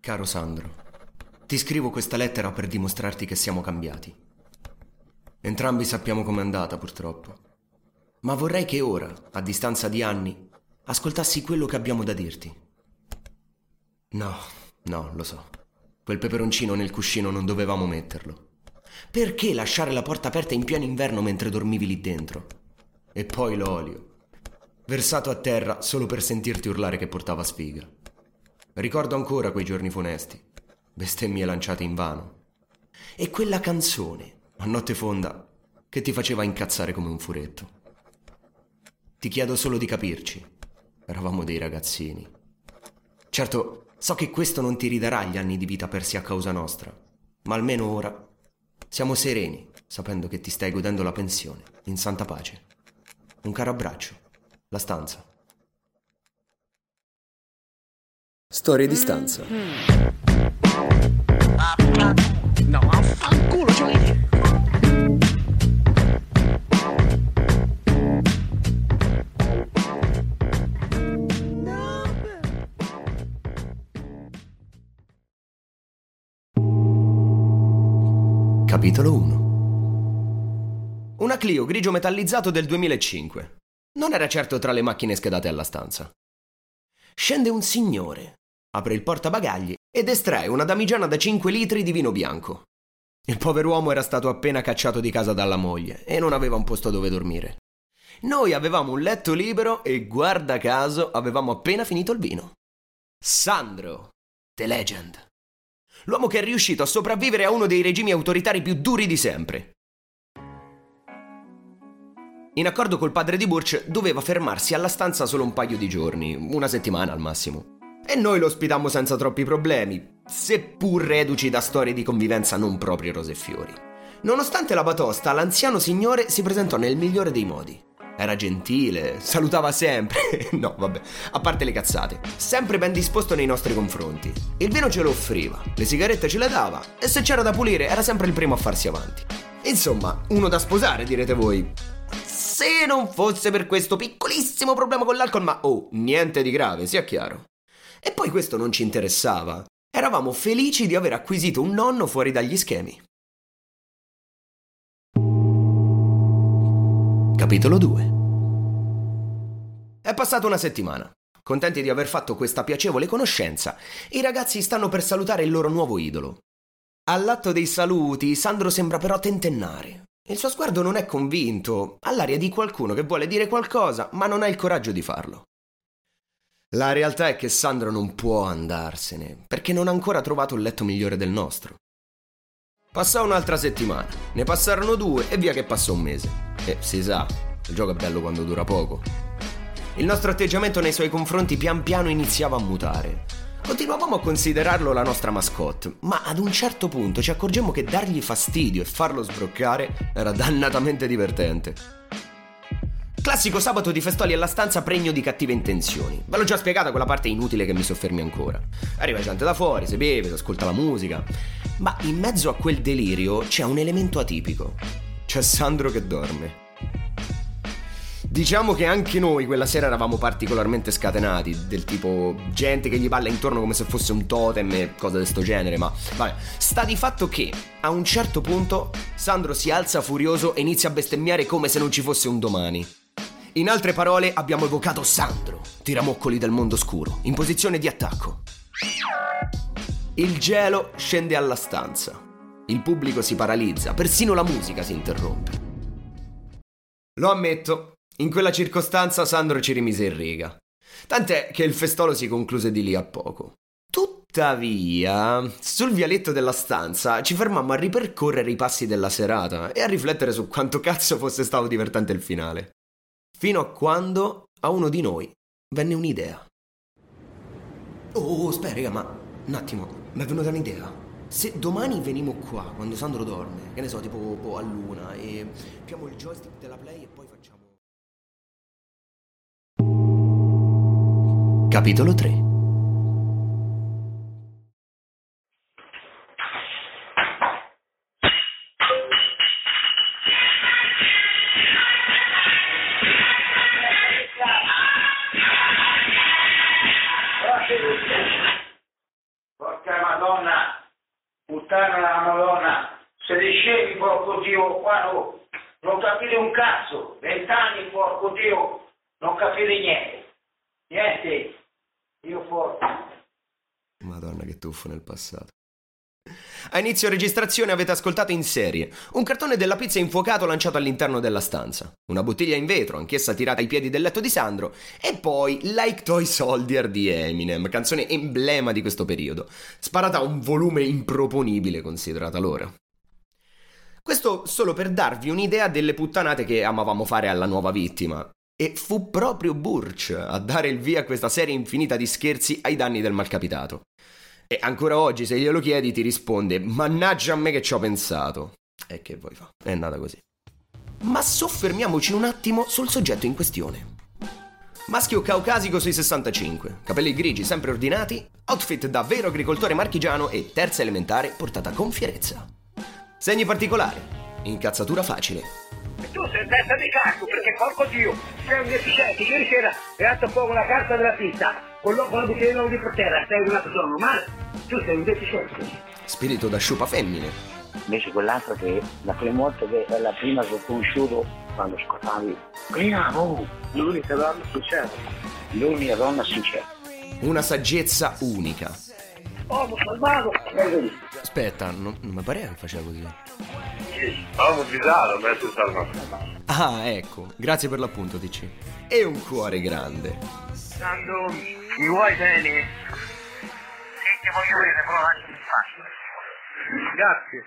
Caro Sandro, ti scrivo questa lettera per dimostrarti che siamo cambiati. Entrambi sappiamo com'è andata, purtroppo. Ma vorrei che ora, a distanza di anni, ascoltassi quello che abbiamo da dirti. No, lo so. Quel peperoncino nel cuscino non dovevamo metterlo. Perché lasciare la porta aperta in pieno inverno mentre dormivi lì dentro? E poi l'olio, versato a terra solo per sentirti urlare che portava sfiga. Ricordo ancora quei giorni funesti, bestemmie lanciate invano. E quella canzone, a notte fonda, che ti faceva incazzare come un furetto. Ti chiedo solo di capirci. Eravamo dei ragazzini. Certo, so che questo non ti ridarà gli anni di vita persi a causa nostra, ma almeno ora siamo sereni, sapendo che ti stai godendo la pensione, in santa pace. Un caro abbraccio. La stanza. Storie di stanza. No, affanculo, cioè. Capitolo 1. Una Clio grigio metallizzato del 2005. Non era certo tra le macchine schedate alla stanza. Scende un signore, apre il portabagagli ed estrae una damigiana da 5 litri di vino bianco. Il pover'uomo era stato appena cacciato di casa dalla moglie e non aveva un posto dove dormire. Noi avevamo un letto libero e, guarda caso, avevamo appena finito il vino. Sandro, the legend. L'uomo che è riuscito a sopravvivere a uno dei regimi autoritari più duri di sempre. In accordo col padre di Burch, doveva fermarsi alla stanza solo un paio di giorni, una settimana al massimo. E noi lo ospitammo senza troppi problemi, seppur reduci da storie di convivenza non proprio rose e fiori. Nonostante la batosta, l'anziano signore si presentò nel migliore dei modi. Era gentile, salutava sempre, no vabbè, a parte le cazzate, sempre ben disposto nei nostri confronti. Il vino ce lo offriva, le sigarette ce le dava e se c'era da pulire era sempre il primo a farsi avanti. Insomma, uno da sposare, direte voi. Se non fosse per questo piccolissimo problema con l'alcol, ma niente di grave, sia chiaro. E poi questo non ci interessava. Eravamo felici di aver acquisito un nonno fuori dagli schemi. Capitolo 2. È passata una settimana. Contenti di aver fatto questa piacevole conoscenza, i ragazzi stanno per salutare il loro nuovo idolo. All'atto dei saluti, Sandro sembra però tentennare. Il suo sguardo non è convinto, ha l'aria di qualcuno che vuole dire qualcosa, ma non ha il coraggio di farlo. La realtà è che Sandro non può andarsene, perché non ha ancora trovato il letto migliore del nostro. Passò un'altra settimana, ne passarono 2 e via che passò un mese. E si sa, il gioco è bello quando dura poco. Il nostro atteggiamento nei suoi confronti pian piano iniziava a mutare. Continuavamo a considerarlo la nostra mascotte, ma ad un certo punto ci accorgemmo che dargli fastidio e farlo sbroccare era dannatamente divertente. Classico sabato di festoli alla stanza pregno di cattive intenzioni. Ve l'ho già spiegata quella parte inutile che mi soffermi ancora. Arriva gente da fuori, si beve, si ascolta la musica. Ma in mezzo a quel delirio c'è un elemento atipico. C'è Sandro che dorme. Diciamo che anche noi quella sera eravamo particolarmente scatenati, del tipo gente che gli balla intorno come se fosse un totem e cose di sto genere, ma vabbè, sta di fatto che a un certo punto Sandro si alza furioso e inizia a bestemmiare come se non ci fosse un domani. In altre parole, abbiamo evocato Sandro, tiramoccoli del mondo scuro, in posizione di attacco. Il gelo scende alla stanza. Il pubblico si paralizza, persino la musica si interrompe. Lo ammetto, in quella circostanza Sandro ci rimise in riga. Tant'è che il festolo si concluse di lì a poco. Tuttavia, sul vialetto della stanza ci fermammo a ripercorrere i passi della serata e a riflettere su quanto cazzo fosse stato divertente il finale. Fino a quando a uno di noi venne un'idea. Aspetta, raga, ma un attimo, mi è venuta un'idea. Se domani venimo qua quando Sandro dorme, che ne so, tipo a luna, e apriamo il joystick della Play e poi facciamo... Capitolo 3. Porca Madonna, puttana la Madonna, se discevi, porco Dio, quando non capite un cazzo, 20 anni, porco Dio, non capite niente, io forte. Madonna che tuffo nel passato. A inizio registrazione avete ascoltato In Serie, un cartone della pizza infuocato lanciato all'interno della stanza, una bottiglia in vetro, anch'essa tirata ai piedi del letto di Sandro, e poi Like Toy Soldier di Eminem, canzone emblema di questo periodo, sparata a un volume improponibile considerata l'ora. Questo solo per darvi un'idea delle puttanate che amavamo fare alla nuova vittima. E fu proprio Burch a dare il via a questa serie infinita di scherzi ai danni del malcapitato. E ancora oggi, se glielo chiedi, ti risponde: mannaggia a me che ci ho pensato. E che vuoi fa? È andata così. Ma soffermiamoci un attimo sul soggetto in questione. Maschio caucasico sui 65, capelli grigi sempre ordinati, outfit da vero agricoltore marchigiano e terza elementare portata con fierezza. Segni particolari, incazzatura facile. E tu sei in testa di cazzo, perché porco Dio, sei un deficiente. Ieri sera è andato a fuoco la carta della pizza, con la bottiglia di per terra, sei una persona normale, tu sei un deficiente. Spirito da sciupa femmine. Invece quell'altro che la prima volta che è la prima che ho conosciuto quando scottavi. Prima, l'unica donna sincera. L'unica donna sincera. Una saggezza unica. Oh, salvato! Aspetta, non mi pareva che faceva così. Stavamo bizarro, adesso salvato. Ah, ecco, grazie per l'appunto, TC. E un cuore grande. Sandro, mi vuoi bene? Sì, ti voglio bene, però anche mi faccio. Grazie.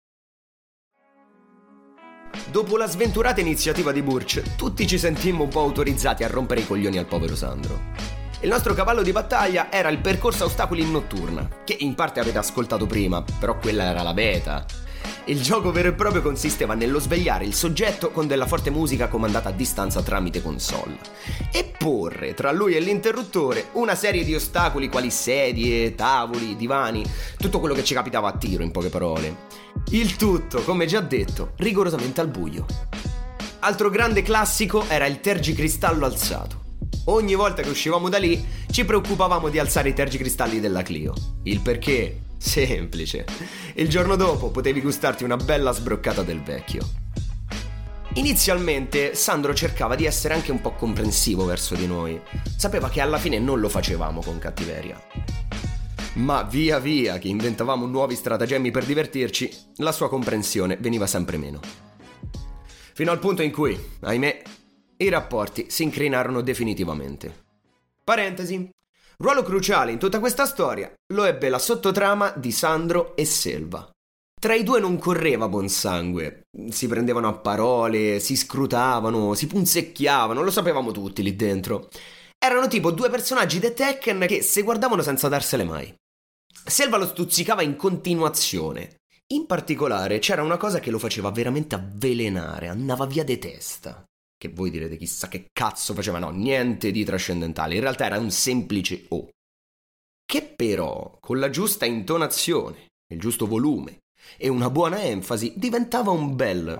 Dopo la sventurata iniziativa di Burch, tutti ci sentimmo un po' autorizzati a rompere i coglioni al povero Sandro. Il nostro cavallo di battaglia era il percorso a ostacoli in notturna, che in parte avete ascoltato prima, però quella era la beta. Il gioco vero e proprio consisteva nello svegliare il soggetto con della forte musica comandata a distanza tramite console e porre tra lui e l'interruttore una serie di ostacoli quali sedie, tavoli, divani, tutto quello che ci capitava a tiro, in poche parole. Il tutto, come già detto, rigorosamente al buio. Altro grande classico era il tergicristallo alzato. Ogni volta che uscivamo da lì ci preoccupavamo di alzare i tergicristalli della Clio. Il perché? Semplice. Il giorno dopo potevi gustarti una bella sbroccata del vecchio. Inizialmente Sandro cercava di essere anche un po' comprensivo verso di noi. Sapeva che alla fine non lo facevamo con cattiveria. Ma via via che inventavamo nuovi stratagemmi per divertirci, la sua comprensione veniva sempre meno. Fino al punto in cui, ahimè, i rapporti si incrinarono definitivamente. Parentesi. Ruolo cruciale in tutta questa storia lo ebbe la sottotrama di Sandro e Selva. Tra i due non correva buon sangue. Si prendevano a parole, si scrutavano, si punzecchiavano, lo sapevamo tutti lì dentro. Erano tipo due personaggi de Tekken che si guardavano senza darsele mai. Selva lo stuzzicava in continuazione. In particolare c'era una cosa che lo faceva veramente avvelenare, andava via de testa. Che voi direte chissà che cazzo faceva, no, niente di trascendentale, in realtà era un semplice O. Che però, con la giusta intonazione, il giusto volume e una buona enfasi, diventava un bel...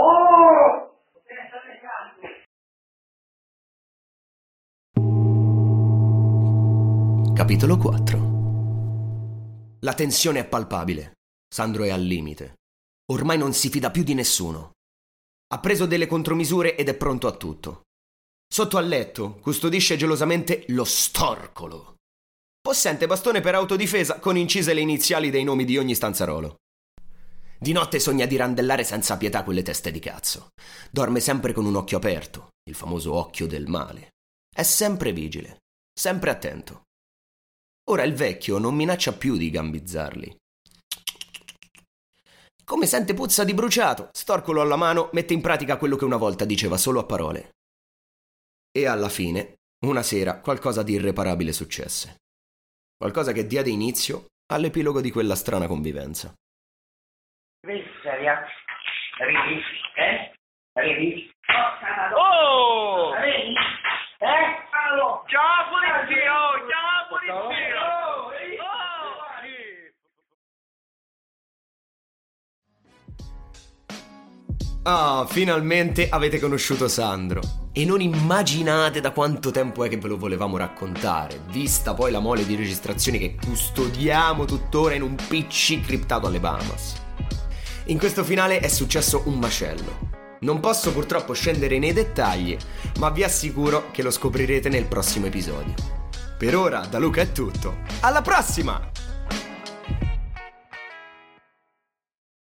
Capitolo 4. La tensione è palpabile. Sandro è al limite. Ormai non si fida più di nessuno. Ha preso delle contromisure ed è pronto a tutto. Sotto al letto custodisce gelosamente lo storcolo. Possente bastone per autodifesa con incise le iniziali dei nomi di ogni stanzarolo. Di notte sogna di randellare senza pietà quelle teste di cazzo. Dorme sempre con un occhio aperto, il famoso occhio del male. È sempre vigile, sempre attento. Ora il vecchio non minaccia più di gambizzarli. Come sente puzza di bruciato, storcolo alla mano, mette in pratica quello che una volta diceva solo a parole. E alla fine, una sera, qualcosa di irreparabile successe. Qualcosa che diede inizio all'epilogo di quella strana convivenza. Seria? Arrivi? Arrivi? Oh! Arrivi? Ciao polizia! Ciao polizia! Ah, finalmente avete conosciuto Sandro. E non immaginate da quanto tempo è che ve lo volevamo raccontare, vista poi la mole di registrazioni che custodiamo tuttora in un PC criptato alle Bahamas. In questo finale è successo un macello. Non posso purtroppo scendere nei dettagli, ma vi assicuro che lo scoprirete nel prossimo episodio. Per ora da Luca è tutto. Alla prossima!